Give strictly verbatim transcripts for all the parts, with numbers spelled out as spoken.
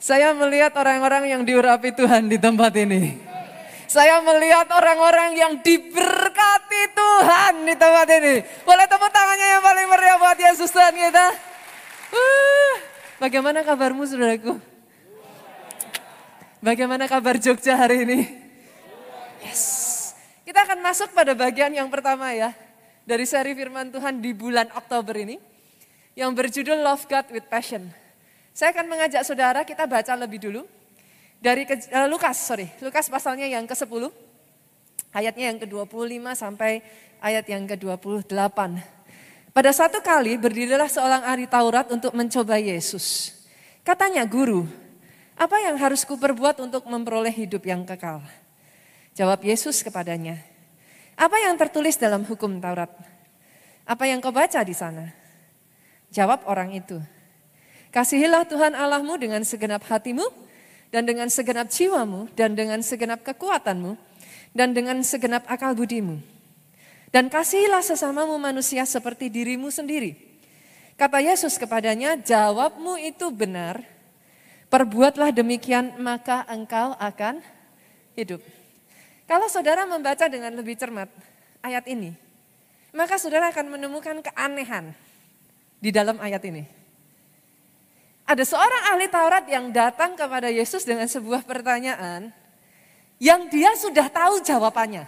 Saya melihat orang-orang yang diurapi Tuhan di tempat ini. Saya melihat orang-orang yang diberkati Tuhan di tempat ini. Boleh tepuk tangannya yang paling meriah buat Yesus Tuhan kita. Uh, bagaimana kabarmu saudaraku? Bagaimana kabar Jogja hari ini? Yes. Kita akan masuk pada bagian yang pertama ya. Dari seri firman Tuhan di bulan Oktober ini. Yang berjudul Love God with Passion. Saya akan mengajak saudara kita baca lebih dulu. Dari ke, uh, Lukas, sorry. Lukas pasalnya yang ke sepuluh. Ayatnya yang ke dua puluh lima sampai ayat yang ke dua puluh delapan. Pada satu kali berdirilah seorang ahli Taurat untuk mencoba Yesus. Katanya, Guru, apa yang harus kuperbuat untuk memperoleh hidup yang kekal? Jawab Yesus kepadanya, apa yang tertulis dalam hukum Taurat? Apa yang kau baca di sana? Jawab orang itu, kasihilah Tuhan Allahmu dengan segenap hatimu, dan dengan segenap jiwamu, dan dengan segenap kekuatanmu, dan dengan segenap akal budimu. Dan kasihilah sesamamu manusia seperti dirimu sendiri. Kata Yesus kepadanya, jawabmu itu benar, perbuatlah demikian maka engkau akan hidup. Kalau saudara membaca dengan lebih cermat ayat ini, maka saudara akan menemukan keanehan di dalam ayat ini. Ada seorang ahli Taurat yang datang kepada Yesus dengan sebuah pertanyaan yang dia sudah tahu jawabannya.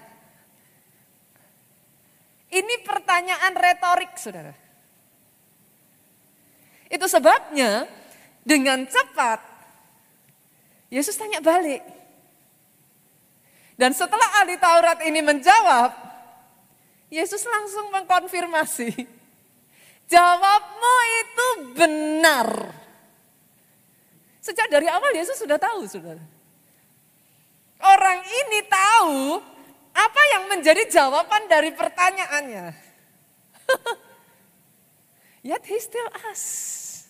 Ini pertanyaan retorik, saudara. Itu sebabnya dengan cepat Yesus tanya balik. Dan setelah ahli Taurat ini menjawab, Yesus langsung mengkonfirmasi. Jawabmu itu benar. Sejak dari awal Yesus sudah tahu, saudara. Orang ini tahu apa yang menjadi jawaban dari pertanyaannya. Yet he still asks.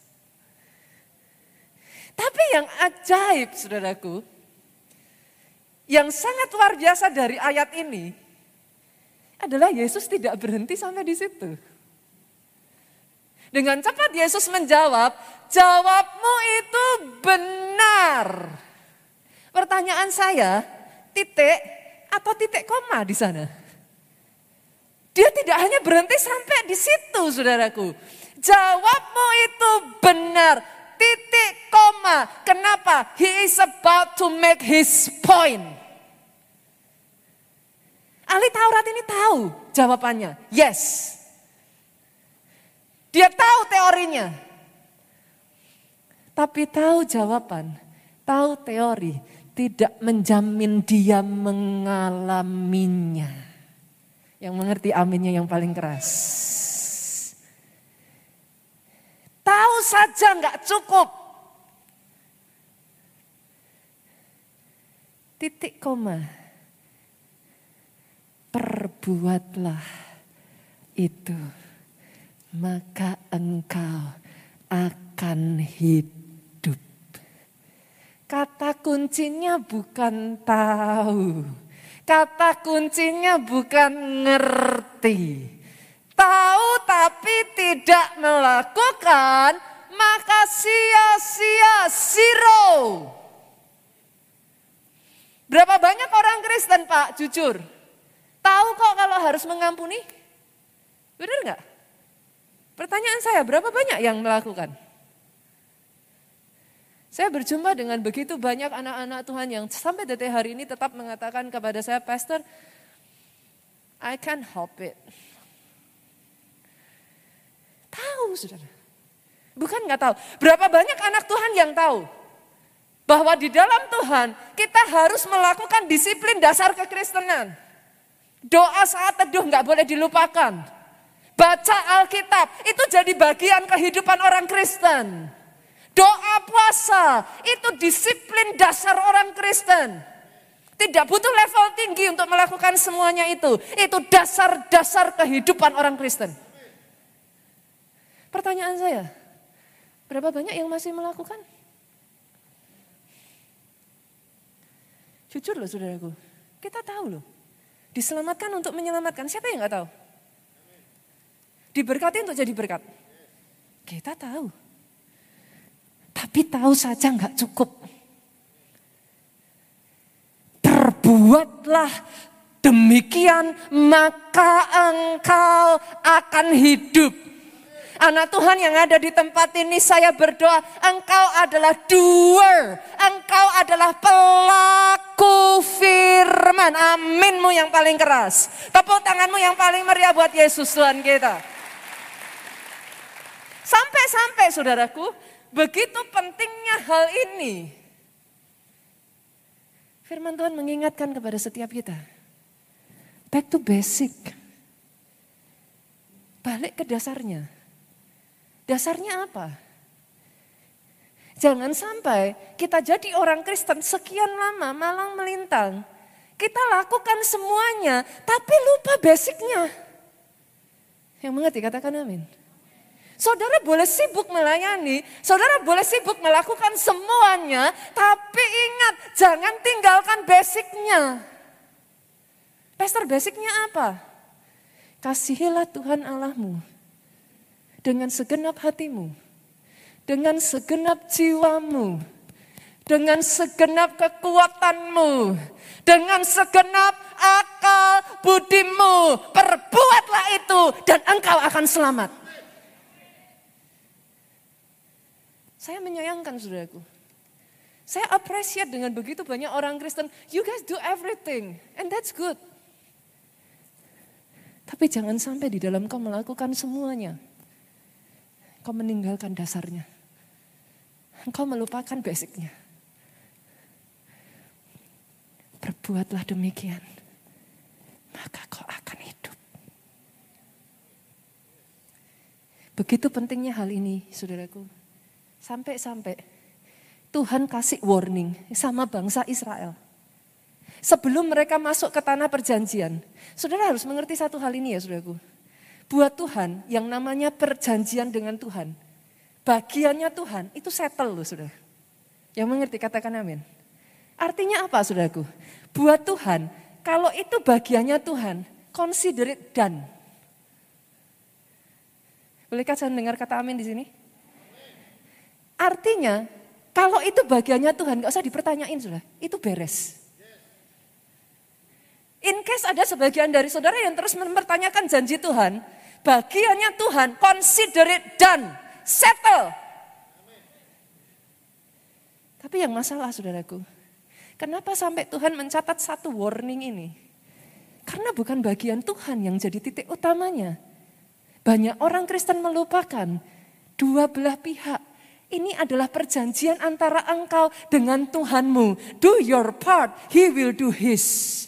Tapi yang ajaib, saudaraku, yang sangat luar biasa dari ayat ini adalah Yesus tidak berhenti sampai di situ. Dengan cepat Yesus menjawab, jawabmu itu benar. Pertanyaan saya, titik atau titik koma di sana? Dia tidak hanya berhenti sampai di situ, saudaraku. Jawabmu itu benar, titik koma. Kenapa? He is about to make his point. Ahli Taurat ini tahu jawabannya, yes. Dia tahu teorinya. Tapi tahu jawaban, tahu teori, tidak menjamin dia mengalaminya. Yang mengerti aminnya yang paling keras. Tahu saja enggak cukup. Titik koma. Perbuatlah itu. Maka engkau akan hidup. Kata kuncinya bukan tahu. Kata kuncinya bukan ngerti. Tahu tapi tidak melakukan, maka sia-sia, zero. Berapa banyak orang Kristen, Pak, jujur? Tahu kok kalau harus mengampuni? Benar enggak? Pertanyaan saya, berapa banyak yang melakukan? Saya berjumpa dengan begitu banyak anak-anak Tuhan yang sampai detik hari ini tetap mengatakan kepada saya, Pastor, I can't help it. Tahu, saudara. Bukan nggak tahu. Berapa banyak anak Tuhan yang tahu bahwa di dalam Tuhan kita harus melakukan disiplin dasar kekristenan. Doa saat teduh nggak boleh dilupakan. Baca Alkitab, itu jadi bagian kehidupan orang Kristen. Doa puasa, itu disiplin dasar orang Kristen. Tidak butuh level tinggi untuk melakukan semuanya itu. Itu dasar-dasar kehidupan orang Kristen. Pertanyaan saya, berapa banyak yang masih melakukan? Jujur loh saudaraku, kita tahu loh. Diselamatkan untuk menyelamatkan, siapa yang gak tahu? Diberkati untuk jadi berkat. Kita tahu. Tapi tahu saja nggak cukup. Berbuatlah demikian maka engkau akan hidup. Anak Tuhan yang ada di tempat ini, saya berdoa, engkau adalah doer, engkau adalah pelaku firman. Aminmu yang paling keras. Tepuk tanganmu yang paling meriah buat Yesus Tuhan kita. Sampai-sampai saudaraku, begitu pentingnya hal ini. Firman Tuhan mengingatkan kepada setiap kita. Back to basic. Balik ke dasarnya. Dasarnya apa? Jangan sampai kita jadi orang Kristen sekian lama malang melintang. Kita lakukan semuanya tapi lupa basicnya. Yang mengerti katakan amin. Saudara boleh sibuk melayani, saudara boleh sibuk melakukan semuanya, tapi ingat jangan tinggalkan basicnya. Pastor, basicnya apa? Kasihilah Tuhan Allahmu dengan segenap hatimu, dengan segenap jiwamu, dengan segenap kekuatanmu, dengan segenap akal budimu. Perbuatlah itu dan engkau akan selamat. Saya menyayangkan saudaraku. Saya appreciate dengan begitu banyak orang Kristen. You guys do everything and that's good. Tapi jangan sampai di dalam kau melakukan semuanya. Kau meninggalkan dasarnya. Engkau melupakan basicnya. Berbuatlah demikian. Maka kau akan hidup. Begitu pentingnya hal ini, saudaraku. Sampai-sampai Tuhan kasih warning sama bangsa Israel. Sebelum mereka masuk ke tanah perjanjian. Saudara harus mengerti satu hal ini ya saudaraku. Buat Tuhan yang namanya perjanjian dengan Tuhan. Bagiannya Tuhan itu settle loh saudara. Yang mengerti katakan amin. Artinya apa saudaraku? Buat Tuhan kalau itu bagiannya Tuhan, consider it done. Bolehkah saya dengar kata amin di sini? Artinya kalau itu bagiannya Tuhan gak usah dipertanyain saudara. Itu beres. In case ada sebagian dari saudara yang terus mempertanyakan janji Tuhan, bagiannya Tuhan, consider it done, settle. Tapi yang masalah saudaraku, kenapa sampai Tuhan mencatat satu warning ini? Karena bukan bagian Tuhan yang jadi titik utamanya. Banyak orang Kristen melupakan dua belah pihak. Ini adalah perjanjian antara engkau dengan Tuhanmu. Do your part, He will do His.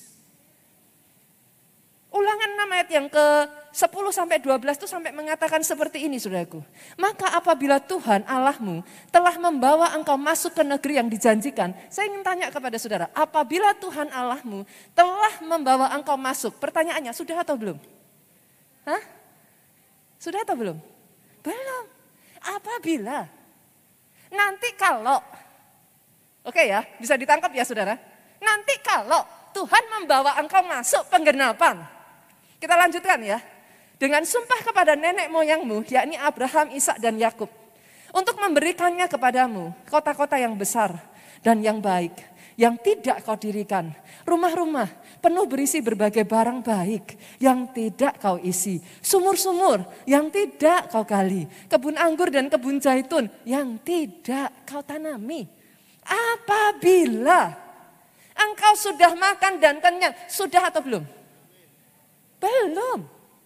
Ulangan enam ayat yang ke sepuluh sampai dua belas itu sampai mengatakan seperti ini saudaraku. Maka apabila Tuhan Allahmu telah membawa engkau masuk ke negeri yang dijanjikan. Saya ingin tanya kepada saudara, apabila Tuhan Allahmu telah membawa engkau masuk. Pertanyaannya sudah atau belum? Hah? Sudah atau belum? Belum. Apabila. Nanti kalau. Oke ya, bisa ditangkap ya saudara. Nanti kalau Tuhan membawa engkau masuk penggenapan. Kita lanjutkan ya. Dengan sumpah kepada nenek moyangmu, yakni Abraham, Ishak dan Yakub, untuk memberikannya kepadamu kota-kota yang besar dan yang baik, yang tidak kau dirikan. Rumah-rumah penuh berisi berbagai barang baik yang tidak kau isi. Sumur-sumur yang tidak kau gali. Kebun anggur dan kebun zaitun yang tidak kau tanami. Apabila engkau sudah makan dan kenyang, sudah atau belum? Belum.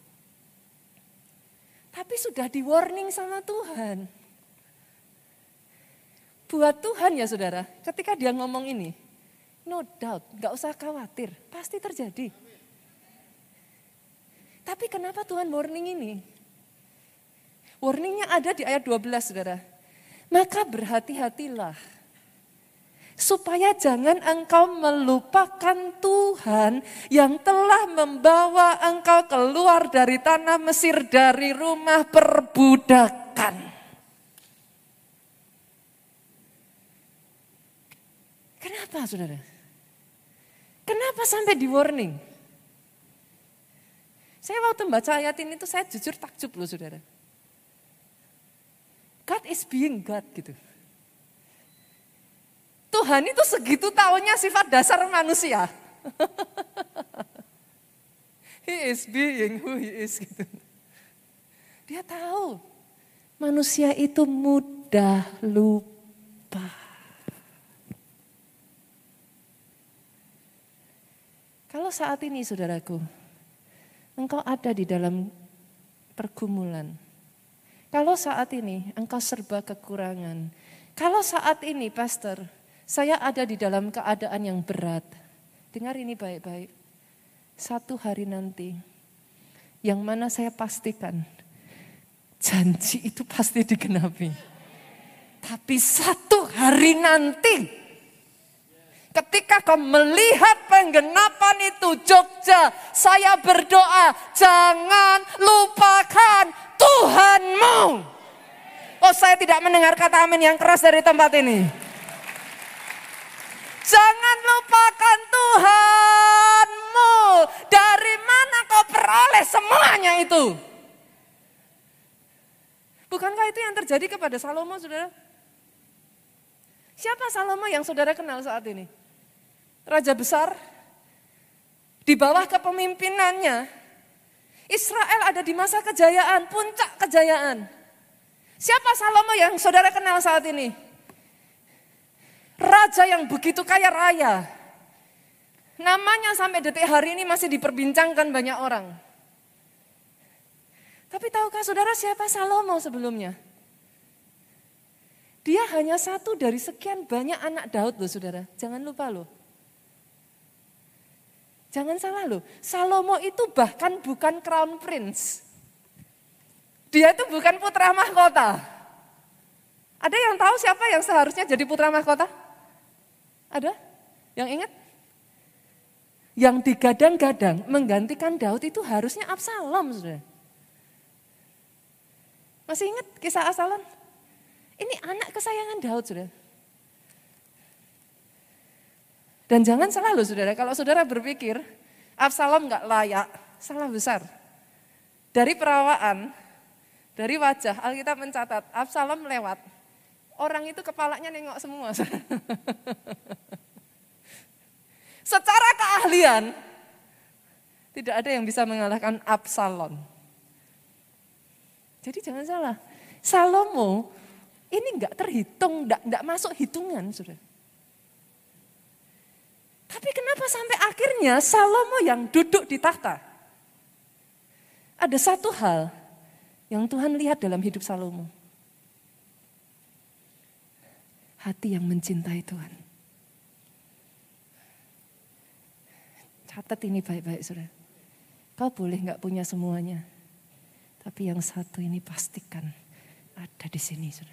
Tapi sudah di warning sama Tuhan. Buat Tuhan ya saudara, ketika dia ngomong ini, no doubt, gak usah khawatir, pasti terjadi. Tapi kenapa Tuhan warning ini? Warningnya ada di ayat dua belas saudara. Maka berhati-hatilah. Supaya jangan engkau melupakan Tuhan yang telah membawa engkau keluar dari tanah Mesir dari rumah perbudakan. Kenapa saudara? Kenapa sampai di warning? Saya waktu membaca ayat ini tuh saya jujur takjub loh saudara. God is being God gitu. Tuhan itu segitu taunya sifat dasar manusia. He is being who he is gitu. Dia tahu manusia itu mudah lupa. Kalau saat ini saudaraku, engkau ada di dalam pergumulan. Kalau saat ini engkau serba kekurangan. Kalau saat ini pastor, saya ada di dalam keadaan yang berat. Dengar ini baik-baik. Satu hari nanti, yang mana saya pastikan, janji itu pasti digenapi. Tapi satu hari nanti, ketika kau melihat penggenapan itu Jogja, saya berdoa, jangan lupakan Tuhanmu. Oh, saya tidak mendengar kata amin yang keras dari tempat ini. Jangan lupakan Tuhanmu. Dari mana kau peroleh semuanya itu? Bukankah itu yang terjadi kepada Salomo, saudara? Siapa Salomo yang saudara kenal saat ini? Raja besar, di bawah kepemimpinannya, Israel ada di masa kejayaan, puncak kejayaan. Siapa Salomo yang saudara kenal saat ini? Raja yang begitu kaya raya. Namanya sampai detik hari ini masih diperbincangkan banyak orang. Tapi tahukah saudara siapa Salomo sebelumnya? Dia hanya satu dari sekian banyak anak Daud loh saudara. Jangan lupa loh. Jangan salah loh. Salomo itu bahkan bukan crown prince. Dia itu bukan putra mahkota. Ada yang tahu siapa yang seharusnya jadi putra mahkota? Ada? Yang ingat? Yang digadang-gadang menggantikan Daud itu harusnya Absalom, saudara. Masih ingat kisah Absalom? Ini anak kesayangan Daud, saudara. Dan jangan salah loh saudara, kalau saudara berpikir Absalom gak layak, salah besar. Dari perawaan, dari wajah, Alkitab mencatat Absalom lewat. Orang itu kepalanya nengok semua. Secara keahlian, tidak ada yang bisa mengalahkan Absalom. Jadi jangan salah, Salomo ini enggak terhitung, enggak, enggak masuk hitungan, saudara. Tapi kenapa sampai akhirnya Salomo yang duduk di tahta? Ada satu hal yang Tuhan lihat dalam hidup Salomo. Hati yang mencintai Tuhan. Catat ini baik-baik saudara. Kau boleh gak punya semuanya. Tapi yang satu ini pastikan ada di sini saudara.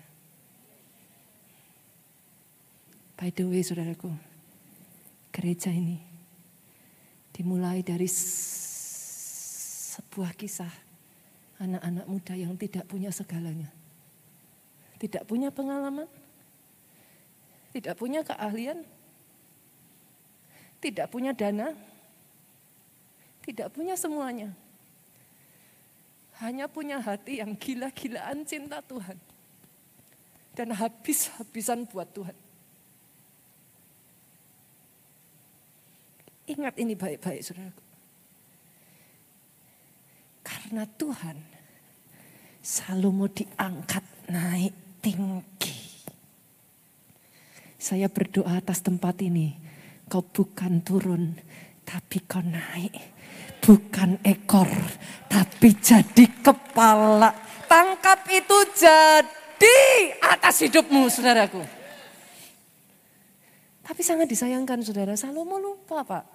By the way saudaraku. Gereja ini dimulai dari sebuah kisah anak-anak muda yang tidak punya segalanya. Tidak punya pengalaman. Tidak punya keahlian. Tidak punya dana. Tidak punya semuanya. Hanya punya hati yang gila-gilaan cinta Tuhan. Dan habis-habisan buat Tuhan. Ingat ini baik-baik saudaraku. Karena Tuhan, Salomo diangkat naik tinggi. Saya berdoa atas tempat ini, kau bukan turun, tapi kau naik. Bukan ekor, tapi jadi kepala. Tangkap itu jadi atas hidupmu, saudaraku. Tapi sangat disayangkan, saudara, Salomo lupa, Pak.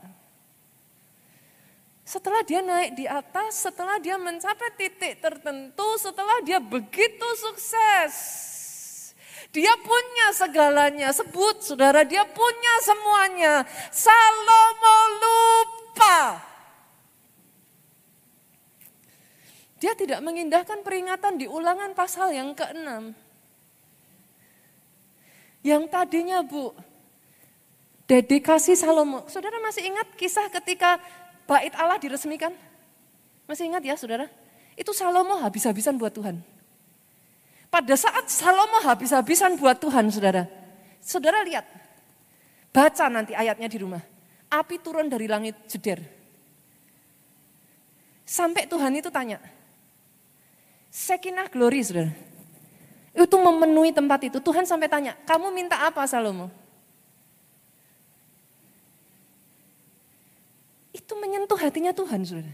Setelah dia naik di atas, setelah dia mencapai titik tertentu, setelah dia begitu sukses. Dia punya segalanya, sebut saudara, dia punya semuanya. Salomo lupa. Dia tidak mengindahkan peringatan di Ulangan pasal yang keenam. Yang tadinya Bu, dedikasi Salomo. Saudara masih ingat kisah ketika bait Allah diresmikan? Masih ingat ya saudara? Itu Salomo habis-habisan buat Tuhan. Pada saat Salomo habis-habisan buat Tuhan, saudara. Saudara lihat, Baca nanti ayatnya di rumah. Api turun dari langit jeder. Sampai Tuhan itu tanya, Shekinah glory saudara. Itu memenuhi tempat itu. Tuhan sampai tanya, kamu minta apa Salomo? Itu menyentuh hatinya Tuhan saudara.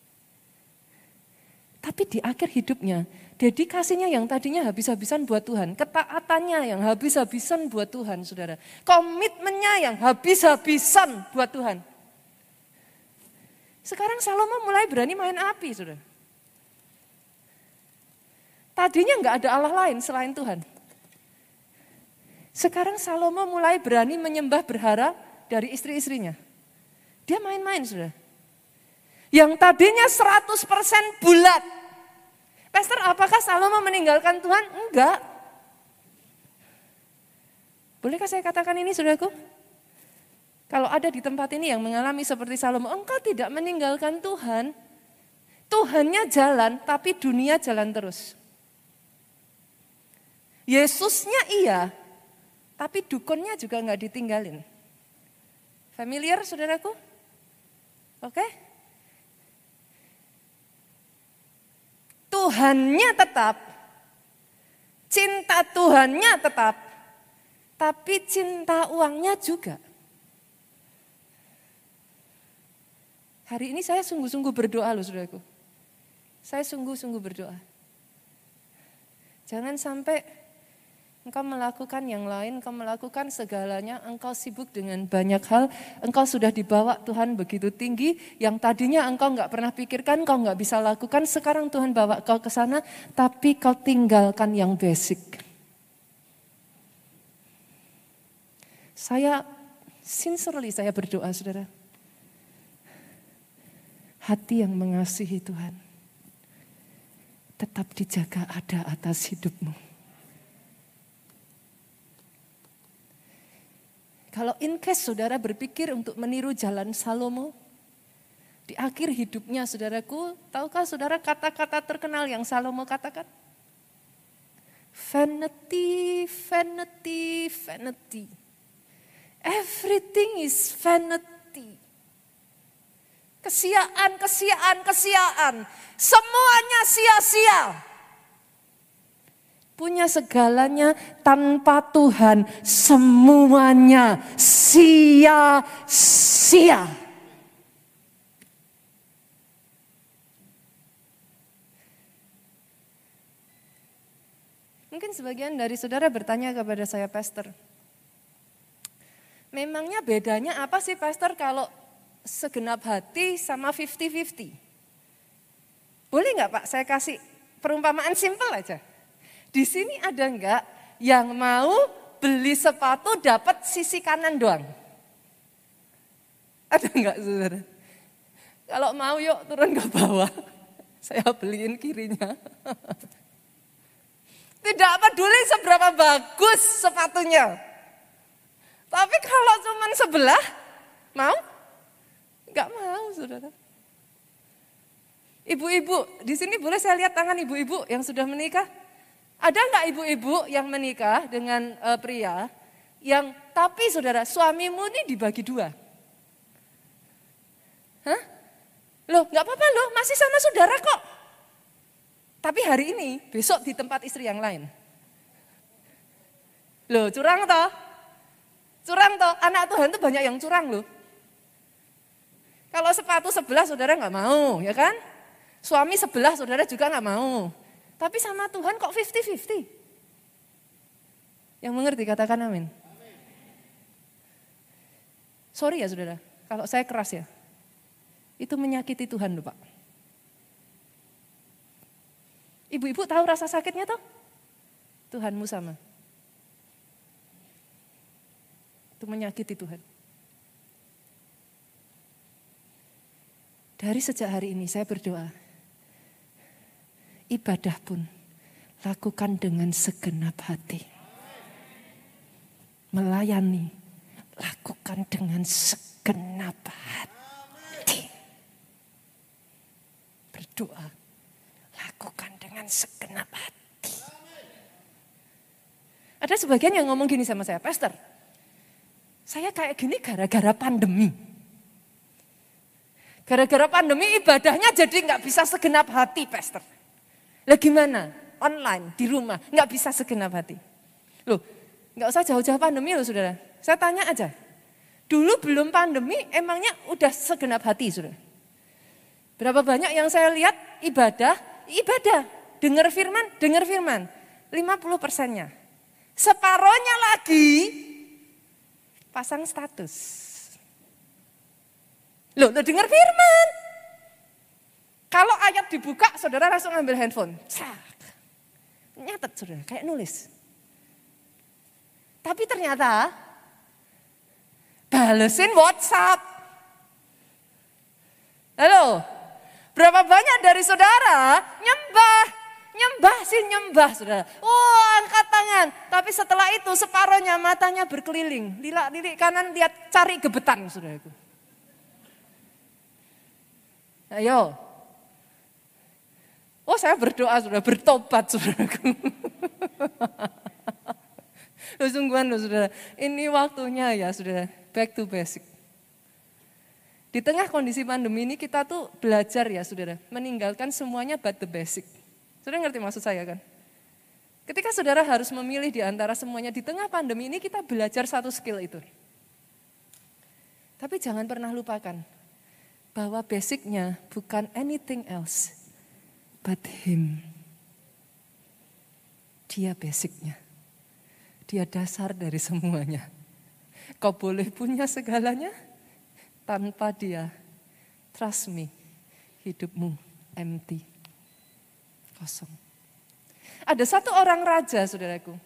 Tapi di akhir hidupnya, dedikasinya yang tadinya habis-habisan buat Tuhan, ketaatannya yang habis-habisan buat Tuhan, saudara. Komitmennya yang habis-habisan buat Tuhan. Sekarang Salomo mulai berani main api, saudara. Tadinya nggak ada Allah lain selain Tuhan. Sekarang Salomo mulai berani menyembah berhala dari istri-istrinya. Dia main-main, saudara. Yang tadinya seratus persen bulat. Pastor, apakah Salomo meninggalkan Tuhan? Enggak. Bolehkah saya katakan ini, saudaraku? Kalau ada di tempat ini yang mengalami seperti Salomo, engkau tidak meninggalkan Tuhan. Tuhannya jalan, tapi dunia jalan terus. Yesusnya iya, tapi dukunnya juga enggak ditinggalin. Familiar, saudaraku? Oke? Tuhannya tetap, cinta Tuhannya tetap, tapi cinta uangnya juga. Hari ini saya sungguh-sungguh berdoa loh saudaraku. Saya sungguh-sungguh berdoa. Jangan sampai engkau melakukan yang lain, engkau melakukan segalanya, engkau sibuk dengan banyak hal, engkau sudah dibawa Tuhan begitu tinggi, yang tadinya engkau enggak pernah pikirkan, engkau enggak bisa lakukan, sekarang Tuhan bawa kau ke sana, tapi kau tinggalkan yang basic. Saya, sincerely saya berdoa saudara, hati yang mengasihi Tuhan, tetap dijaga ada atas hidupmu. Kalau in case saudara berpikir untuk meniru jalan Salomo, di akhir hidupnya saudaraku, tahukah saudara kata-kata terkenal yang Salomo katakan? Vanity, vanity, vanity. Everything is vanity. Kesiaan, kesiaan, kesiaan. Semuanya sia-sia. Punya segalanya tanpa Tuhan, semuanya sia-sia. Mungkin sebagian dari saudara bertanya kepada saya, Pastor, memangnya bedanya apa sih Pastor kalau segenap hati sama lima puluh lima puluh? Boleh nggak Pak saya kasih perumpamaan simpel aja? Di sini ada enggak yang mau beli sepatu dapat sisi kanan doang? Ada enggak saudara? Kalau mau yuk turun ke bawah, saya beliin kirinya. Tidak peduli seberapa bagus sepatunya. Tapi kalau cuma sebelah, mau? Enggak mau saudara. Ibu-ibu, di sini boleh saya lihat tangan ibu-ibu yang sudah menikah? Ada enggak ibu-ibu yang menikah dengan uh, pria yang tapi saudara suamimu ini dibagi dua? Hah? Loh enggak apa-apa loh masih sama saudara kok. Tapi hari ini besok di tempat istri yang lain. Loh curang toh? Curang toh? Anak Tuhan tuh banyak yang curang loh. Kalau sepatu sebelah saudara enggak mau ya kan? Suami sebelah saudara juga enggak mau. Tapi sama Tuhan kok lima puluh lima puluh? Yang mengerti katakan amin. Sorry ya saudara, kalau saya keras ya. Itu menyakiti Tuhan loh Pak. Ibu-ibu tahu rasa sakitnya toh? Tuhanmu sama. Itu menyakiti Tuhan. Dari sejak hari ini saya berdoa. Ibadah pun lakukan dengan segenap hati. Melayani, lakukan dengan segenap hati. Berdoa, lakukan dengan segenap hati. Ada sebagian yang ngomong gini sama saya, Pastor, Saya kayak gini gara-gara pandemi. Gara-gara pandemi ibadahnya jadi nggak bisa segenap hati, Pastor. Lah gimana? Online, di rumah, nggak bisa segenap hati. Loh, nggak usah jauh-jauh pandemi loh saudara. Saya tanya aja, dulu belum pandemi emangnya udah segenap hati saudara? Berapa banyak yang saya lihat ibadah, ibadah. Dengar firman, dengar firman. lima puluh persennya. Separohnya lagi pasang status. Loh, lo dengar firman. Kalau ayat dibuka, saudara langsung ambil handphone. Cak. Nyatet saudara, kayak nulis. Tapi ternyata balesin WhatsApp. Halo, berapa banyak dari saudara nyembah, nyembah sih nyembah saudara. Oh angkat tangan, tapi setelah itu separohnya matanya berkeliling. Lilik-lilik kanan lihat cari gebetan saudaraku. Ayo. Oh saya berdoa saudara, bertobat saudaraku. Loh, sungguhan loh saudara, ini waktunya ya saudara, back to basic. Di tengah kondisi pandemi ini kita tuh belajar ya saudara, meninggalkan semuanya but the basic. Saudara ngerti maksud saya kan? Ketika saudara harus memilih di antara semuanya, di tengah pandemi ini kita belajar satu skill itu. Tapi jangan pernah lupakan, bahwa basicnya bukan anything else but Him. Dia basicnya. Dia dasar dari semuanya. Kau boleh punya segalanya, tanpa Dia, trust me, hidupmu empty, kosong. Ada satu orang raja, saudaraku.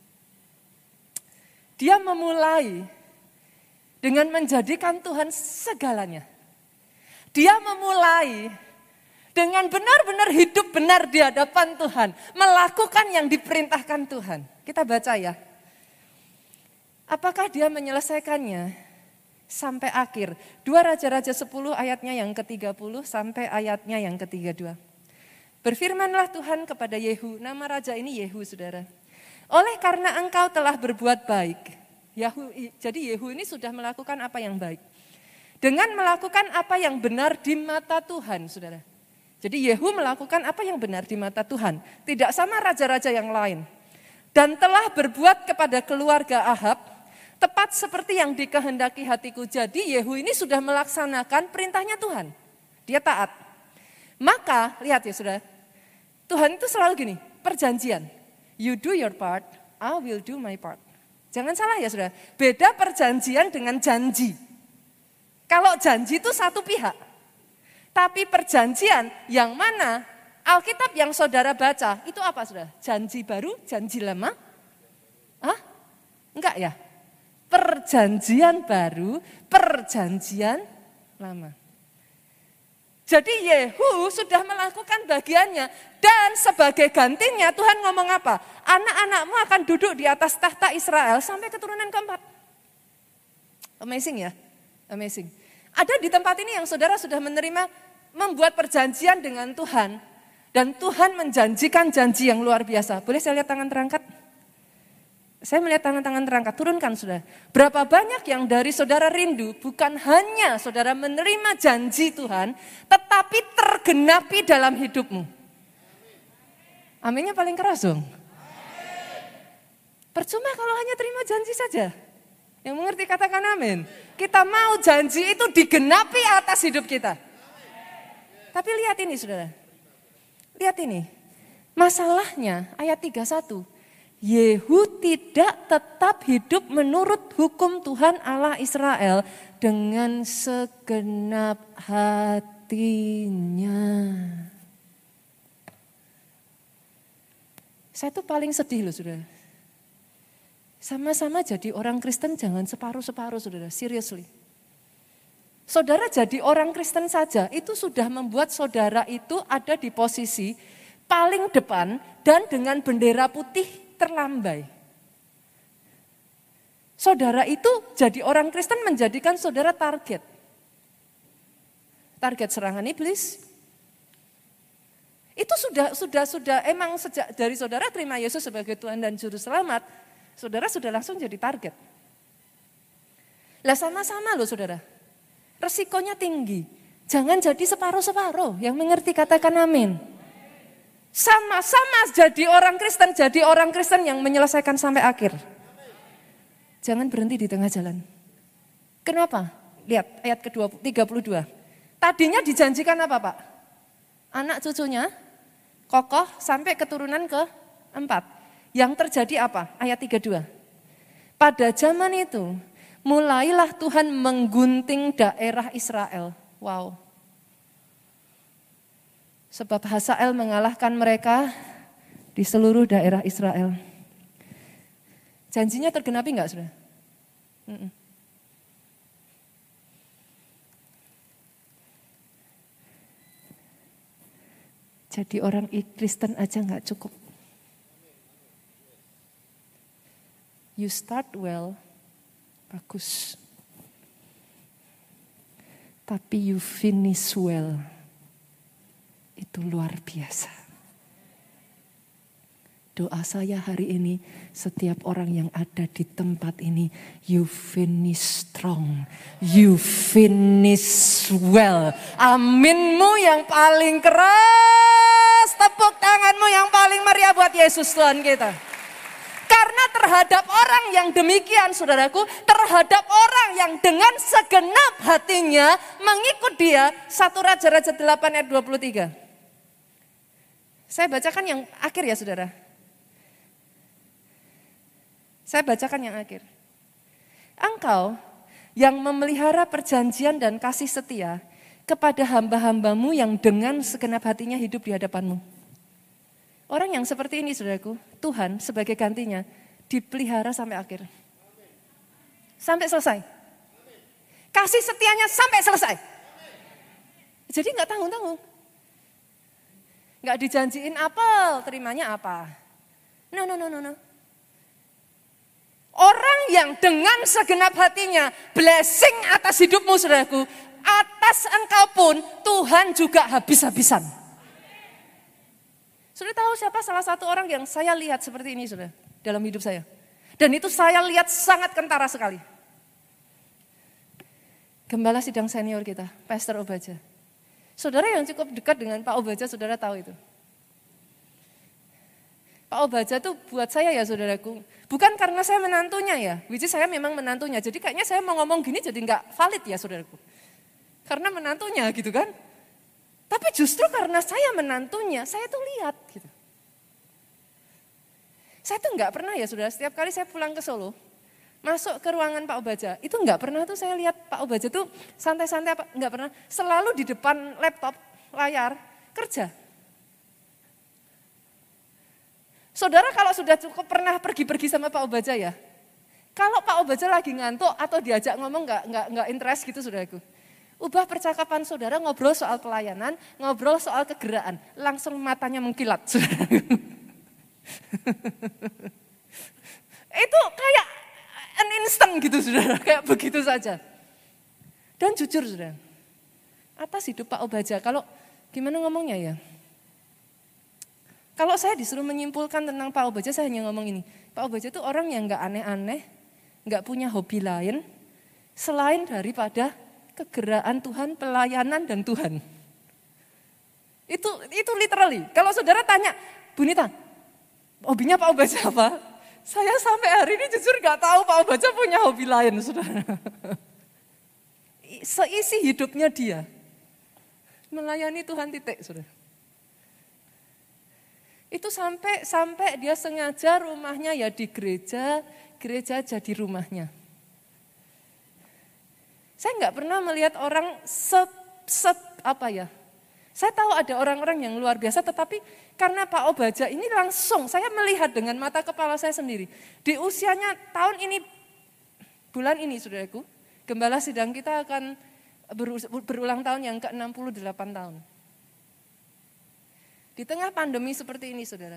Dia memulai dengan menjadikan Tuhan segalanya. Dia memulai dengan benar-benar hidup benar di hadapan Tuhan, melakukan yang diperintahkan Tuhan. Kita baca ya. Apakah dia menyelesaikannya sampai akhir? Dua Raja-Raja sepuluh ayatnya yang ketiga puluh sampai ayatnya yang ketiga puluh dua. Berfirmanlah Tuhan kepada Yehu, nama raja ini Yehu saudara. Oleh karena engkau telah berbuat baik. Yehu, jadi Yehu ini sudah melakukan apa yang baik. Dengan melakukan apa yang benar di mata Tuhan saudara. Jadi Yehu melakukan apa yang benar di mata Tuhan. Tidak sama raja-raja yang lain. Dan telah berbuat kepada keluarga Ahab, tepat seperti yang dikehendaki hatiku. Jadi Yehu ini sudah melaksanakan perintahnya Tuhan. Dia taat. Maka, lihat ya saudara, Tuhan itu selalu gini, perjanjian. You do your part, I will do my part. Jangan salah ya saudara, beda perjanjian dengan janji. Kalau janji itu satu pihak. Tapi perjanjian yang mana Alkitab yang saudara baca, itu apa saudara? Janji baru, janji lama? Hah? Enggak ya? Perjanjian baru, perjanjian lama. Jadi Yehu sudah melakukan bagiannya. Dan sebagai gantinya Tuhan ngomong apa? Anak-anakmu akan duduk di atas tahta Israel sampai keturunan keempat. Amazing ya? Amazing. Ada di tempat ini yang saudara sudah menerima, membuat perjanjian dengan Tuhan. Dan Tuhan menjanjikan janji yang luar biasa. Boleh saya lihat tangan terangkat? Saya melihat tangan-tangan terangkat, turunkan saudara. Berapa banyak yang dari saudara rindu, bukan hanya saudara menerima janji Tuhan, tetapi tergenapi dalam hidupmu. Aminnya paling keras dong. Percuma kalau hanya terima janji saja. Yang mengerti katakan amin. Kita mau janji itu digenapi atas hidup kita. Tapi lihat ini saudara. Lihat ini. Masalahnya ayat tiga puluh satu. Yehu tidak tetap hidup menurut hukum Tuhan Allah Israel dengan segenap hatinya. Saya tuh paling sedih loh saudara. Sama-sama jadi orang Kristen jangan separuh-separuh saudara, seriously. Saudara jadi orang Kristen saja itu sudah membuat saudara itu ada di posisi paling depan dan dengan bendera putih terlambai. Saudara itu jadi orang Kristen menjadikan saudara target. Target serangan iblis. Itu sudah sudah sudah emang sejak dari saudara terima Yesus sebagai Tuhan dan Juru Selamat, saudara sudah langsung jadi target. Lah sama-sama loh saudara. Resikonya tinggi. Jangan jadi separuh-separuh. Yang mengerti katakan amin. Sama-sama jadi orang Kristen, jadi orang Kristen yang menyelesaikan sampai akhir. Jangan berhenti di tengah jalan. Kenapa? Lihat ayat ke tiga puluh dua. Tadinya dijanjikan apa Pak? Anak cucunya kokoh sampai keturunan keempat. Yang terjadi apa? Ayat tiga puluh dua. Pada zaman itu mulailah Tuhan menggunting daerah Israel. Wow. Sebab Hazael mengalahkan mereka di seluruh daerah Israel. Janjinya tergenapi enggak saudara? Mm-mm. Jadi orang Kristen aja enggak cukup. You start well, bagus. Tapi you finish well, itu luar biasa. Doa saya hari ini, setiap orang yang ada di tempat ini, you finish strong, you finish well. Aminmu yang paling keras, tepuk tanganmu yang paling meriah buat Yesus Tuhan kita. Karena terhadap orang yang demikian saudaraku, terhadap orang yang dengan segenap hatinya mengikut dia, satu Raja-Raja delapan ayat dua puluh tiga. Saya bacakan yang akhir ya saudara. Saya bacakan yang akhir. Engkau yang memelihara perjanjian dan kasih setia kepada hamba-hambamu yang dengan segenap hatinya hidup di hadapanmu. Orang yang seperti ini saudaraku, Tuhan sebagai gantinya dipelihara sampai akhir. Sampai selesai. Kasih setianya sampai selesai. Jadi gak tanggung-tanggung. Gak dijanjiin apel, terimanya apa. No, no, no, no, no. Orang yang dengan segenap hatinya blessing atas hidupmu saudaraku, atas engkau pun Tuhan juga habis-habisan. Sudah tahu siapa salah satu orang yang saya lihat seperti ini sudah dalam hidup saya. Dan itu saya lihat sangat kentara sekali. Gembala sidang senior kita, Pastor Obaja. Saudara yang cukup dekat dengan Pak Obaja, saudara tahu itu. Pak Obaja tuh buat saya ya saudaraku, bukan karena saya menantunya ya, which is saya memang menantunya. Jadi kayaknya saya mau ngomong gini jadi nggak valid ya saudaraku. Karena menantunya gitu kan. Tapi justru karena saya menantunya, saya tuh lihat gitu. Saya tuh nggak pernah ya saudara, setiap kali saya pulang ke Solo, masuk ke ruangan Pak Obaja, itu nggak pernah tuh saya lihat Pak Obaja tuh santai-santai, nggak pernah. Selalu di depan laptop, layar, kerja. Saudara kalau sudah cukup pernah pergi-pergi sama Pak Obaja ya, kalau Pak Obaja lagi ngantuk atau diajak ngomong nggak nggak nggak interest gitu saudaraku, ubah percakapan saudara ngobrol soal pelayanan, ngobrol soal kegeraan, langsung matanya mengkilat saudaraku. Itu kayak an instant gitu saudara, kayak begitu saja. Dan jujur saudara, atas hidup Pak Obaja, kalau gimana ngomongnya ya? Kalau saya disuruh menyimpulkan tentang Pak Obaja, saya hanya ngomong ini. Pak Obaja itu orang yang gak aneh-aneh, gak punya hobi lain, selain daripada kegeraan Tuhan, pelayanan dan Tuhan. Itu itu literally. Kalau saudara tanya, Bu Nita, hobinya Pak Obaja apa? Saya sampai hari ini jujur gak tahu Pak Obaja punya hobi lain, saudara. Seisi hidupnya dia melayani Tuhan titik, saudara. Itu sampai sampai dia sengaja rumahnya ya di gereja, gereja jadi rumahnya. Saya nggak pernah melihat orang se, se apa ya. Saya tahu ada orang-orang yang luar biasa, tetapi karena Pak Obaja ini langsung saya melihat dengan mata kepala saya sendiri. Di usianya tahun ini, bulan ini saudaraku, gembala sidang kita akan berulang tahun yang ke enam puluh delapan tahun. Di tengah pandemi seperti ini saudara,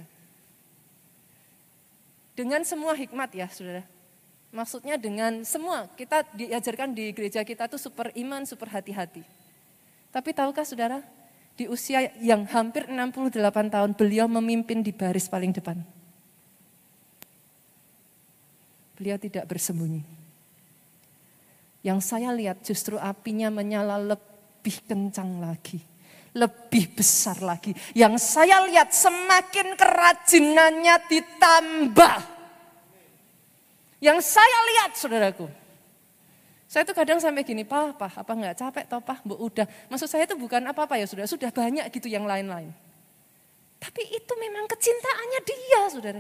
dengan semua hikmat ya saudara, maksudnya dengan semua, kita diajarkan di gereja kita tuh super iman, super hati-hati. Tapi tahukah saudara, di usia yang hampir enam puluh delapan tahun beliau memimpin di baris paling depan. Beliau tidak bersembunyi. Yang saya lihat justru apinya menyala lebih kencang lagi. Lebih besar lagi. Yang saya lihat semakin kerajinannya ditambah. Yang saya lihat saudaraku. Saya tuh kadang sampai gini, Pak, Pak, apa enggak capek toh Pak, Bu, udah. Maksud saya itu bukan apa-apa ya saudara, sudah banyak gitu yang lain-lain. Tapi itu memang kecintaannya dia saudara.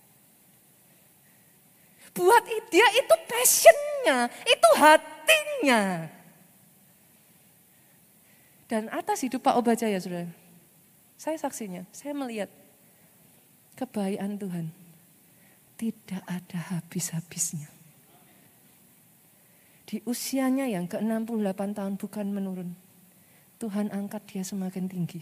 Buat dia itu passionnya, itu hatinya. Dan atas hidup Pak Obadjaya saudara, saya saksinya, saya melihat kebaikan Tuhan tidak ada habis-habisnya. Di usianya yang ke enam puluh delapan tahun bukan menurun, Tuhan angkat dia semakin tinggi.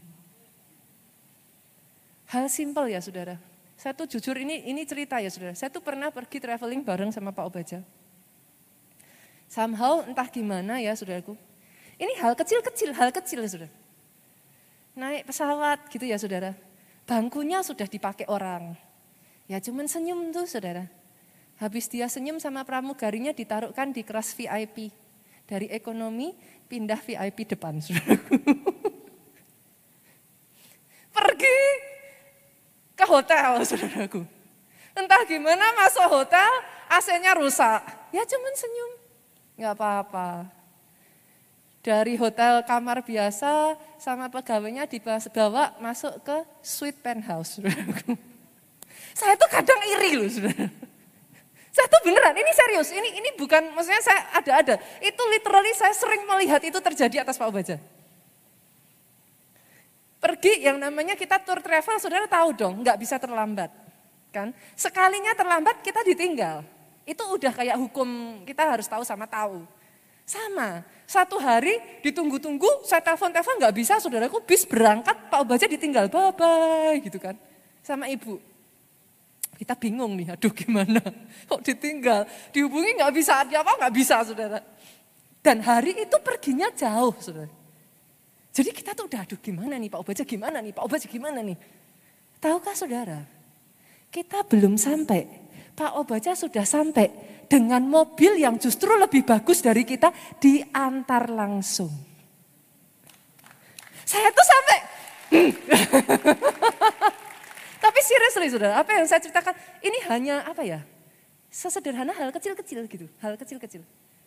Hal simpel ya saudara, saya tuh jujur ini ini cerita ya saudara, saya tuh pernah pergi traveling bareng sama Pak Obadjaya. Somehow entah gimana ya saudaraku, ini hal kecil-kecil, hal kecil ya saudara. Naik pesawat gitu ya saudara, bangkunya sudah dipakai orang. Ya cuman senyum tuh saudara. Habis dia senyum sama pramugarinya ditaruhkan di kelas V I P. Dari ekonomi pindah V I P depan saudaraku. Pergi ke hotel saudaraku. Entah gimana masuk hotel A C-nya rusak. Ya cuman senyum, gak apa-apa. Dari hotel kamar biasa sama pegawainya dibawa masuk ke suite penthouse. Saya tuh kadang iri loh saudara. Saya tuh beneran, ini serius, ini ini bukan, maksudnya saya ada-ada. Itu literally saya sering melihat itu terjadi atas Pak Obadjaya. Pergi yang namanya kita tour travel, saudara tahu dong, nggak bisa terlambat. Kan? Sekalinya terlambat kita ditinggal. Itu udah kayak hukum, kita harus tahu sama tahu. Sama, satu hari ditunggu-tunggu, saya telepon-telepon nggak bisa, saudaraku bis berangkat, Pak Obadjaya ditinggal, bye-bye gitu kan. Sama ibu. Kita bingung nih, aduh gimana, kok ditinggal, dihubungi nggak bisa, dia apa nggak bisa saudara. Dan hari itu perginya jauh saudara. Jadi kita tuh udah aduh gimana nih Pak Obadjaya gimana nih, Pak Obadjaya gimana nih. Tahukah saudara, kita belum sampai, Pak Obadjaya sudah sampai dengan mobil yang justru lebih bagus dari kita diantar langsung. Saya tuh sampai... Tapi seriously saudara, apa yang saya ceritakan ini hanya apa ya, sesederhana hal kecil-kecil gitu, hal kecil-kecil.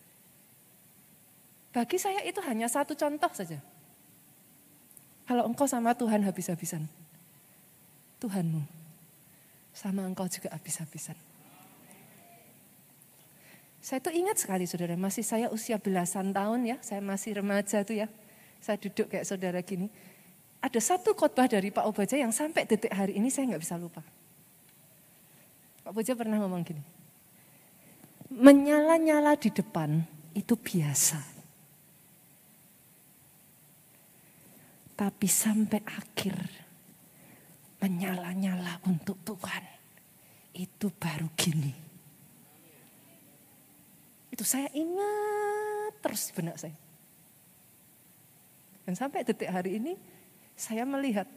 Bagi saya itu hanya satu contoh saja. Kalau engkau sama Tuhan habis-habisan, Tuhanmu sama engkau juga habis-habisan. Saya tuh ingat sekali saudara, masih saya usia belasan tahun ya, saya masih remaja tuh ya, saya duduk kayak saudara gini. Ada satu khotbah dari Pak Obadjaya yang sampai detik hari ini saya nggak bisa lupa. Pak Obadjaya pernah ngomong gini, menyala-nyala di depan itu biasa. Tapi sampai akhir menyala-nyala untuk Tuhan itu baru gini. Itu saya ingat terus di benak saya. Dan sampai detik hari ini saya melihat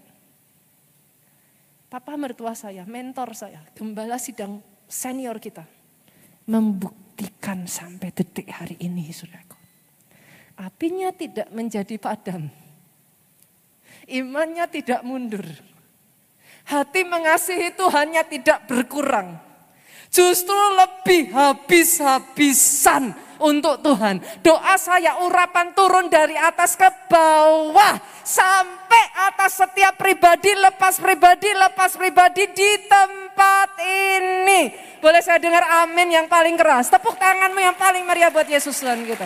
papa mertua saya, mentor saya, gembala sidang senior kita, membuktikan sampai detik hari ini, saudaraku. Apinya tidak menjadi padam, imannya tidak mundur, hati mengasihi Tuhannya tidak berkurang, justru lebih habis-habisan untuk Tuhan. Doa saya urapan turun dari atas ke bawah. Sampai atas setiap pribadi, lepas pribadi, lepas pribadi di tempat ini. Boleh saya dengar amin yang paling keras. Tepuk tanganmu yang paling meriah buat Yesus Tuhan kita.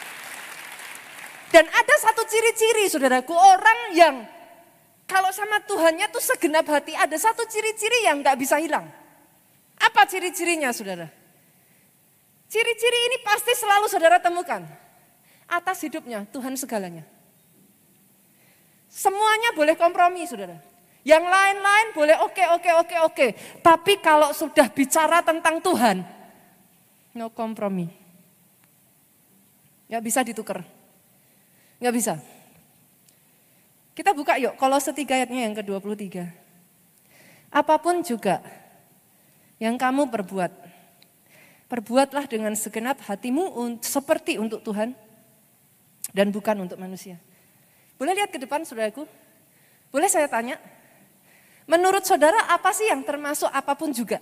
Dan ada satu ciri-ciri saudaraku. Orang yang kalau sama Tuhannya tuh segenap hati. Ada satu ciri-ciri yang gak bisa hilang. Apa ciri-cirinya saudara? Ciri-ciri ini pasti selalu saudara temukan. Atas hidupnya Tuhan segalanya. Semuanya boleh kompromi saudara. Yang lain-lain boleh oke, oke, oke, oke. Tapi kalau sudah bicara tentang Tuhan, no kompromi. Gak bisa ditukar. Gak bisa. Kita buka yuk Kolose tiga ayatnya yang ke dua puluh tiga. Apapun juga yang kamu perbuat, Perbuatlah dengan segenap hatimu seperti untuk Tuhan dan bukan untuk manusia. Boleh lihat ke depan saudaraku? Boleh saya tanya? Menurut saudara apa sih yang termasuk apapun juga?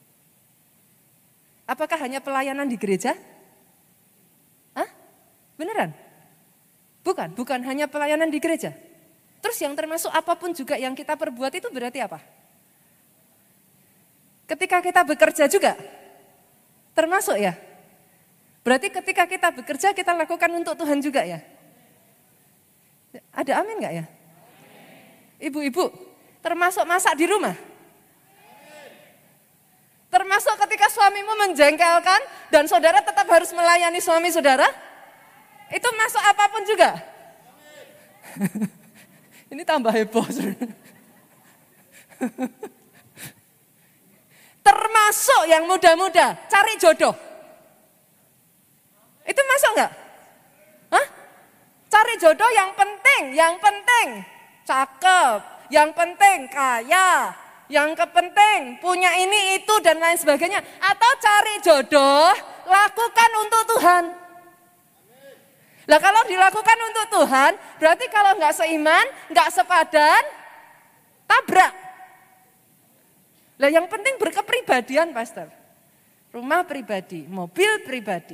Apakah hanya pelayanan di gereja? Hah? Beneran? Bukan, bukan hanya pelayanan di gereja. Terus yang termasuk apapun juga yang kita perbuat itu berarti apa? Ketika kita bekerja juga? Termasuk ya? Berarti ketika kita bekerja kita lakukan untuk Tuhan juga ya? Ada amin gak ya? Ibu-ibu, termasuk masak di rumah? Termasuk ketika suamimu menjengkelkan dan saudara tetap harus melayani suami saudara? Itu masuk apapun juga? Ini tambah heboh. Termasuk yang muda-muda, cari jodoh. Itu masuk enggak? Hah? Cari jodoh yang penting, yang penting cakep, yang penting kaya, yang kepenting punya ini itu dan lain sebagainya. Atau cari jodoh, lakukan untuk Tuhan. Lah kalau dilakukan untuk Tuhan, berarti kalau enggak seiman, enggak sepadan, tabrak. Lah yang penting berkepribadian, Pastor. Rumah pribadi, mobil pribadi,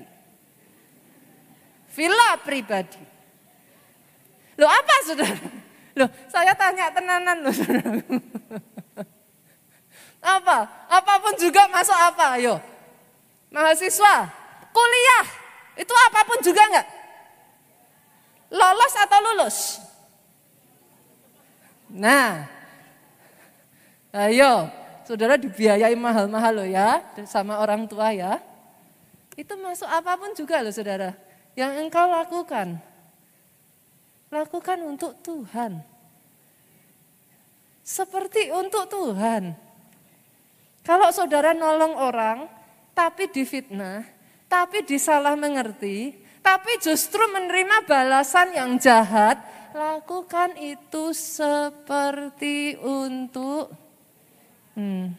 villa pribadi. Loh apa saudara? Loh saya tanya tenanan loh saudara. Apa? Apapun juga masuk apa? Ayo. Mahasiswa, kuliah, itu apapun juga enggak? Lolos atau lulus? Nah, ayo. Saudara dibiayai mahal-mahal loh ya, sama orang tua ya. Itu masuk apapun juga loh saudara. Yang engkau lakukan. Lakukan untuk Tuhan. Seperti untuk Tuhan. Kalau saudara nolong orang, tapi difitnah, tapi disalah mengerti, tapi justru menerima balasan yang jahat, lakukan itu seperti untuk Hmm.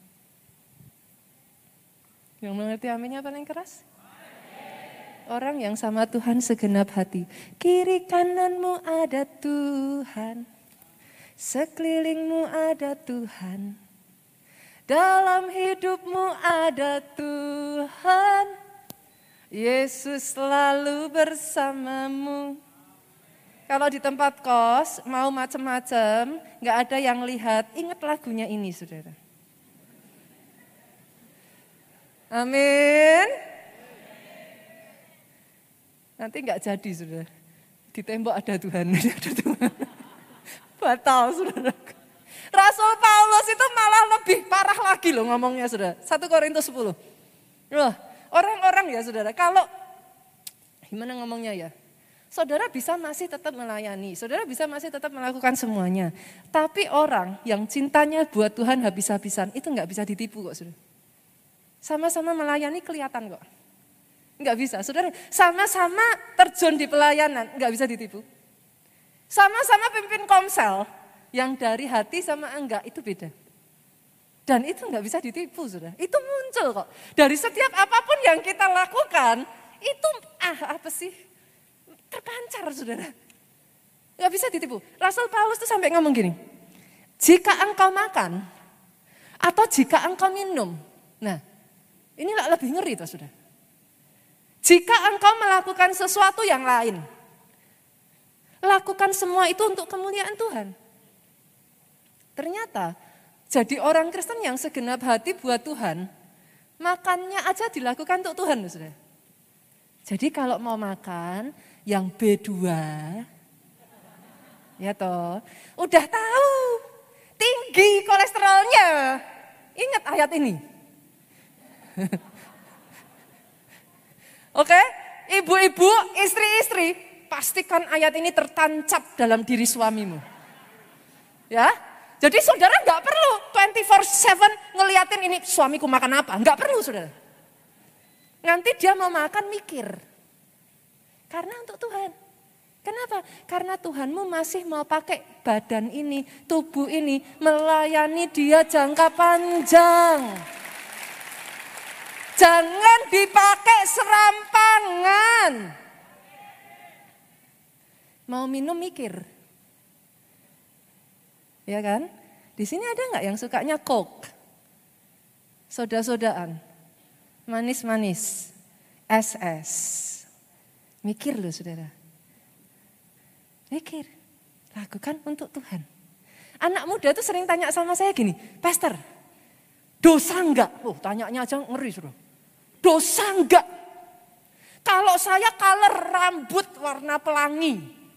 Yang mengerti aminnya paling keras? Orang yang sama Tuhan segenap hati. Kiri kananmu ada Tuhan, sekelilingmu ada Tuhan, dalam hidupmu ada Tuhan, Yesus selalu bersamamu. Kalau di tempat kos mau macam-macam, nggak ada yang lihat, ingat lagunya ini saudara. Amin. Nanti nggak jadi saudara. Di tembok ada Tuhan, ada Tuhan. Batal saudara. Rasul Paulus itu malah lebih parah lagi loh ngomongnya saudara. satu Korintus sepuluh. Loh, orang-orang ya saudara, kalau gimana ngomongnya ya? Saudara bisa masih tetap melayani, saudara bisa masih tetap melakukan semuanya. Tapi orang yang cintanya buat Tuhan habis-habisan, itu nggak bisa ditipu kok saudara. Sama-sama melayani kelihatan kok. Nggak bisa, saudara. Sama-sama terjun di pelayanan, nggak bisa ditipu. Sama-sama pimpin komsel, yang dari hati sama enggak, itu beda. Dan itu nggak bisa ditipu saudara. Itu muncul kok. Dari setiap apapun yang kita lakukan, itu ah apa sih? Terpancar saudara. Gak bisa ditipu. Rasul Paulus tuh sampai ngomong gini. Jika engkau makan atau jika engkau minum. Nah inilah lebih ngeri tuh saudara. Jika engkau melakukan sesuatu yang lain. Lakukan semua itu untuk kemuliaan Tuhan. Ternyata jadi orang Kristen yang segenap hati buat Tuhan. Makannya aja dilakukan untuk Tuhan saudara. Jadi kalau mau makan yang B dua, ya toh, udah tahu tinggi kolesterolnya. Ingat ayat ini. Oke, ibu-ibu, istri-istri, pastikan ayat ini tertancap dalam diri suamimu. Ya, jadi saudara nggak perlu dua puluh empat tujuh ngeliatin ini suamiku makan apa, nggak perlu saudara. Nanti dia mau makan mikir. Karena untuk Tuhan. Kenapa? Karena Tuhanmu masih mau pakai badan ini, tubuh ini, melayani dia jangka panjang. Jangan dipakai serampangan. Mau minum mikir. Ya kan? Di sini ada nggak yang sukanya Coke? Soda-sodaan. Manis-manis. Es es. Mikir loh saudara. Mikir. Lakukan untuk Tuhan. Anak muda tuh sering tanya sama saya gini, Pastor, dosa enggak? Oh, tanyanya aja ngeri sudah. Dosa enggak? Kalau saya color rambut warna pelangi.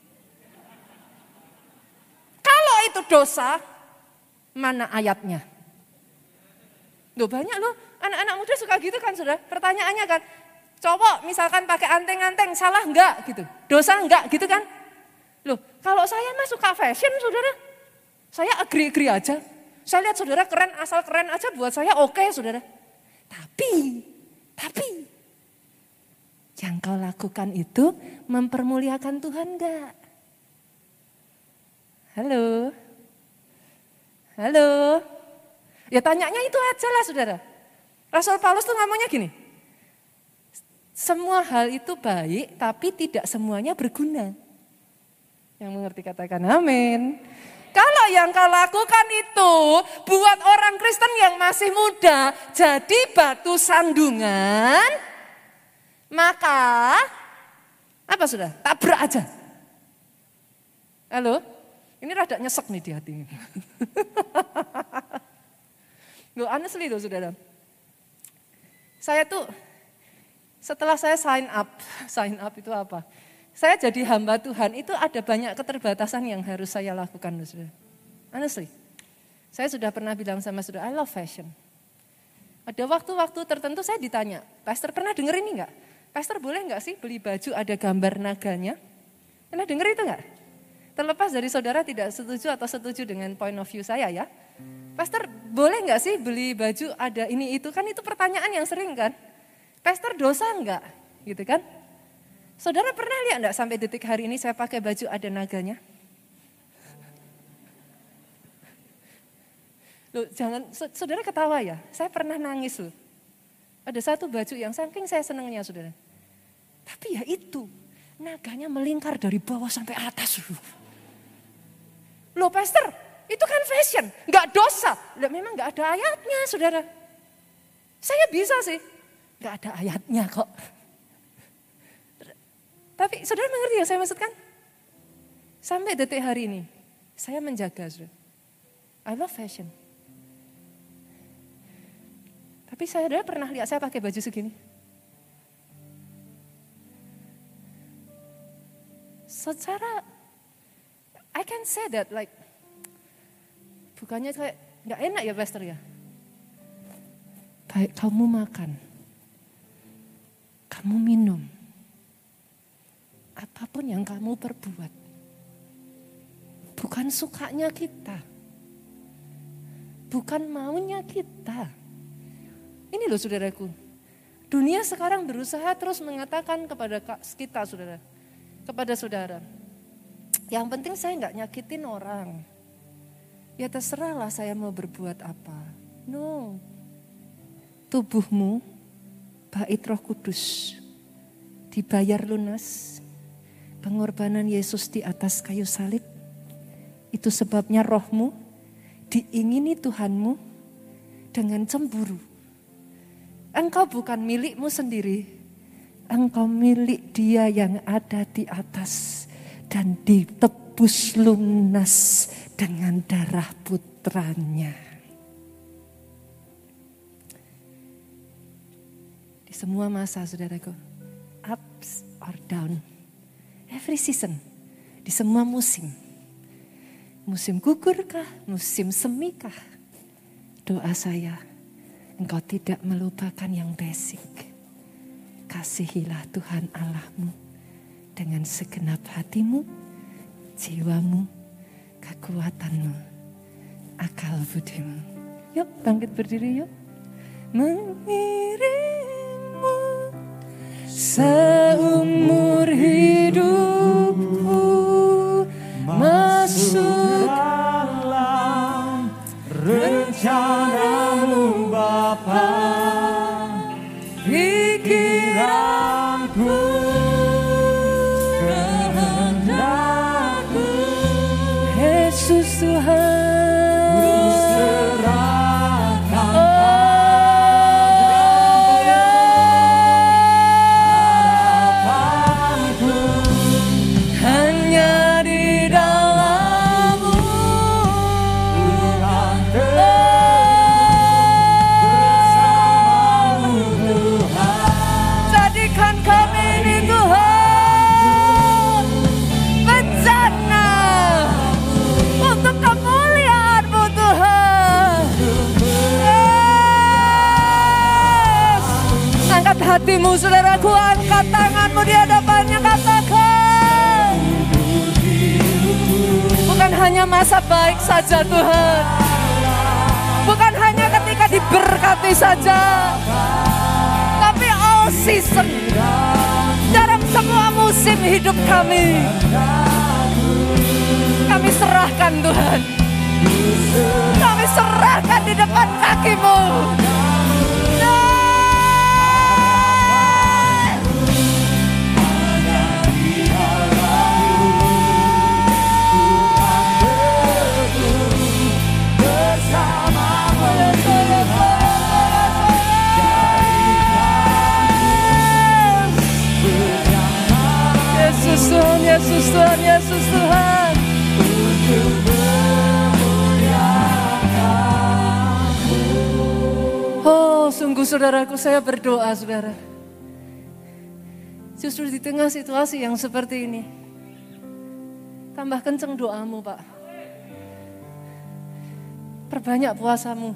Kalau itu dosa, mana ayatnya? Loh banyak loh, anak-anak muda suka gitu kan sudah. Pertanyaannya kan, cowok misalkan pakai anteng-anteng, salah enggak gitu? Dosa enggak gitu kan? Loh kalau saya mah suka fashion saudara, saya agree-agree aja. Saya lihat saudara keren, asal keren aja buat saya oke okay, saudara. Tapi, tapi yang kau lakukan itu mempermuliakan Tuhan enggak? Halo? Halo? Ya tanyanya itu aja lah saudara. Rasul Paulus tuh ngomongnya gini. Semua hal itu baik tapi tidak semuanya berguna. Yang mengerti katakan amin. Kalau yang kau lakukan itu buat orang Kristen yang masih muda jadi batu sandungan, maka apa sudah? Tabrak aja. Halo? Ini rada nyesek nih di hati. Loh, honestly loh saudara. Saya tuh setelah saya sign up, sign up itu apa? Saya jadi hamba Tuhan itu ada banyak keterbatasan yang harus saya lakukan loh saudara. Honestly. Saya sudah pernah bilang sama saudara, I love fashion. Ada waktu-waktu tertentu saya ditanya, Pastor pernah denger ini enggak? Pastor boleh enggak sih beli baju ada gambar naganya? Pernah denger itu enggak? Terlepas dari saudara tidak setuju atau setuju dengan point of view saya ya. Pastor boleh enggak sih beli baju ada ini itu? Kan itu pertanyaan yang sering kan. Pastor dosa enggak? Gitu kan. Saudara pernah lihat enggak sampai detik hari ini saya pakai baju ada naganya? Loh jangan, saudara ketawa ya. Saya pernah nangis loh. Ada satu baju yang saking saya senangnya saudara. Tapi ya itu, naganya melingkar dari bawah sampai atas loh. Loh Pastor, itu kan fashion, nggak dosa. Loh, memang nggak ada ayatnya, saudara. Saya bisa sih, nggak ada ayatnya kok. Tapi saudara mengerti yang saya maksudkan? Sampai detik hari ini, saya menjaga, saudara. I love fashion. Tapi saudara pernah lihat saya pakai baju segini? Secara I can say that like, bukannya kayak gak enak ya Pastor ya. Baik kamu makan, kamu minum, apapun yang kamu perbuat, bukan sukanya kita, bukan maunya kita. Ini loh saudaraku, dunia sekarang berusaha terus mengatakan kepada kita saudara, kepada saudara, yang penting saya nggak nyakitin orang. Ya terserahlah saya mau berbuat apa. No. Tubuhmu bait Roh Kudus. Dibayar lunas. Pengorbanan Yesus di atas kayu salib. Itu sebabnya rohmu diingini Tuhanmu dengan cemburu. Engkau bukan milikmu sendiri. Engkau milik Dia yang ada di atas. Dan ditebus lunas dengan darah putranya. Di semua masa saudaraku, ups or down, every season, di semua musim. Musim gugurkah, musim semikah, doa saya, engkau tidak melupakan yang basic. Kasihilah Tuhan Allahmu dengan segenap hatimu, jiwamu, kekuatanmu, akal budimu. Yuk bangkit berdiri yuk. Mengiringmu seumur hidupku masuk dalam rencanamu Bapa. kehendakmu. Yesus Tuhan, Ku serahkan harapanku hanya di dalam-Mu. kan bersamamu Tuhan. Jadikan kami ini Tuhan bencana untuk kemuliaan-Mu Tuhan. Yes. Angkat hatimu saudaraku, angkat tanganmu di hadapannya, katakan. Bukan hanya masa baik saja Tuhan, bukan hanya ketika diberkati saja, tapi all season, dalam semua musim hidup kami. Kami serahkan Tuhan, kami serahkan di depan kaki-Mu. Yesus Tuhan, Yesus Tuhan, Yesus Tuhan. Oh, sungguh saudaraku, saya berdoa saudara. Justru di tengah situasi yang seperti ini, tambah kenceng doamu Pak. Perbanyak puasamu.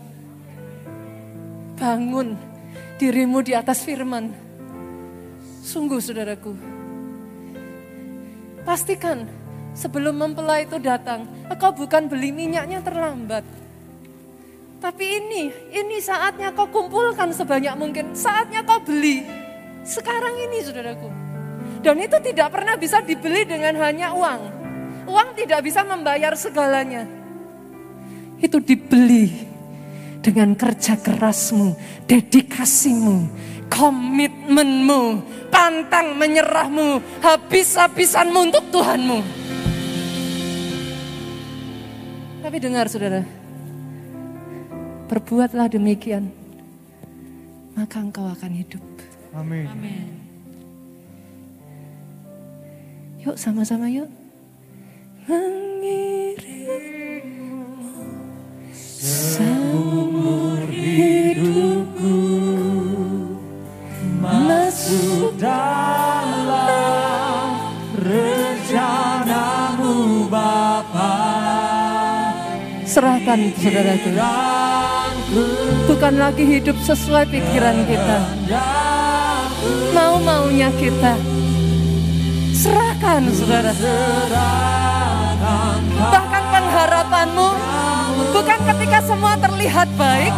Bangun dirimu di atas firman. Sungguh saudaraku, pastikan sebelum mempelai itu datang, engkau bukan beli minyaknya terlambat. Tapi ini, ini saatnya kau kumpulkan sebanyak mungkin. Saatnya kau beli. Sekarang ini saudaraku. Dan itu tidak pernah bisa dibeli dengan hanya uang. Uang tidak bisa membayar segalanya. Itu dibeli dengan kerja kerasmu, dedikasimu, komitmenmu, pantang menyerahmu, habis-habisanmu untuk Tuhanmu. Tapi dengar saudara, berbuatlah demikian, maka engkau akan hidup. Amin. Amin. Yuk sama-sama yuk. Mengirimmu seumur hidupku, Masuk dalam rencana-Mu Bapa. serahkan saudaraku. Bukan lagi hidup sesuai pikiran kita, mau-maunya kita. Serahkan saudara. Bahkan pengharapanmu bukan ketika semua terlihat baik,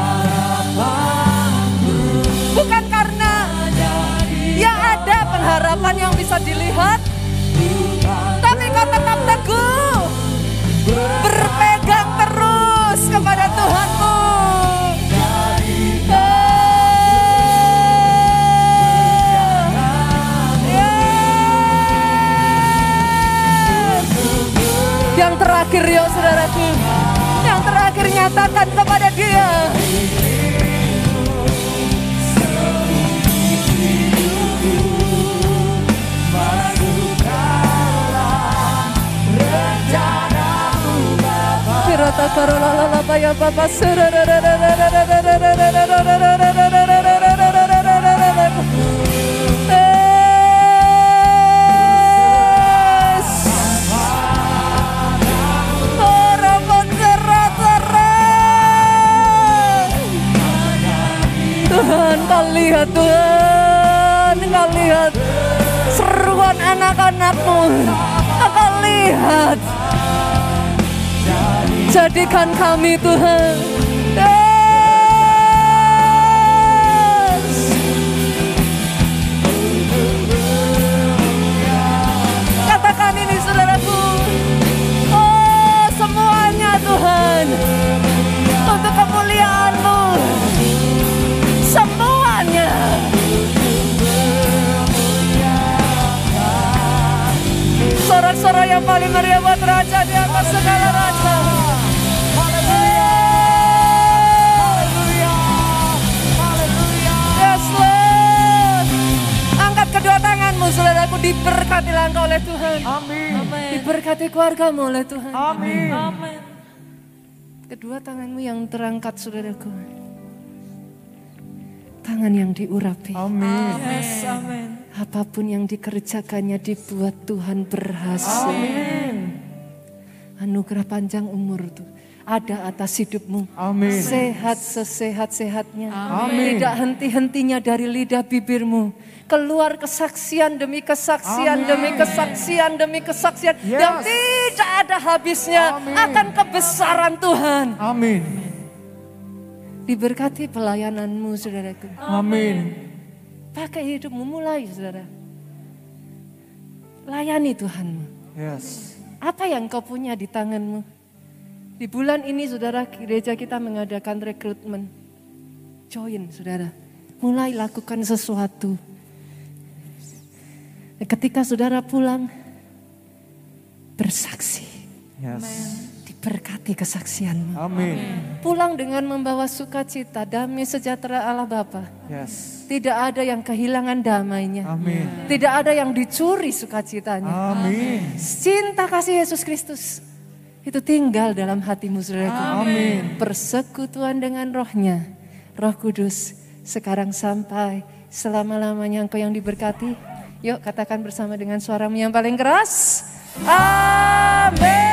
bukan karena ya ada pengharapan yang bisa dilihat, tapi kau tetap teguh, berpegang terus kepada Tuhanmu. Yang terakhir ya saudaraku, yang terakhir nyatakan kepada Dia. Kirata karola la paya papa Tuhan, kau lihat Tuhan, kau lihat seruan anak-anak-Mu, kau lihat, jadikan kami Tuhan. Yes. Katakan ini saudaraku, oh semuanya Tuhan, untuk kemuliaan-Mu. Semuanya yang paling meriah buat Raja di atas segala raja. Haleluya. Haleluya. Haleluya. Yes Lord. Angkat kedua tanganmu saudaraku, diberkatilah engkau oleh Tuhan. Amin. Diberkati keluargamu oleh Tuhan. Amin. Kedua tanganmu yang terangkat saudaraku. Tangan yang diurapi. Amin. Yes, amin. Apapun yang dikerjakannya dibuat Tuhan berhasil. Amin. Anugerah panjang umur tuh ada atas hidupmu. Amin. Sehat sesehat-sehatnya. Amin. Tidak henti-hentinya dari lidah bibirmu. Keluar kesaksian demi kesaksian Amin. demi kesaksian demi kesaksian. Yes. Yang tidak ada habisnya. Amin. Akan kebesaran Tuhan. Amin. Diberkati pelayananmu saudaraku. Amin. Pakai hidupmu mulai saudara. Layani Tuhanmu. Yes. Apa yang kau punya di tanganmu? Di bulan ini saudara, gereja kita mengadakan rekrutmen. Join saudara. Mulai lakukan sesuatu. Ketika saudara pulang, bersaksi. Yes. Diberkati kesaksianmu. Amin. Pulang dengan membawa sukacita, damai sejahtera Allah Bapa. Yes. Tidak ada yang kehilangan damainya. Amin. Tidak ada yang dicuri sukacitanya. Amin. Cinta kasih Yesus Kristus itu tinggal dalam hatimu saudaraku. Amin. Persekutuan dengan rohnya, Roh Kudus sekarang sampai selama-lamanya engkau yang diberkati. Yuk katakan bersama dengan suaramu yang paling keras. Amin.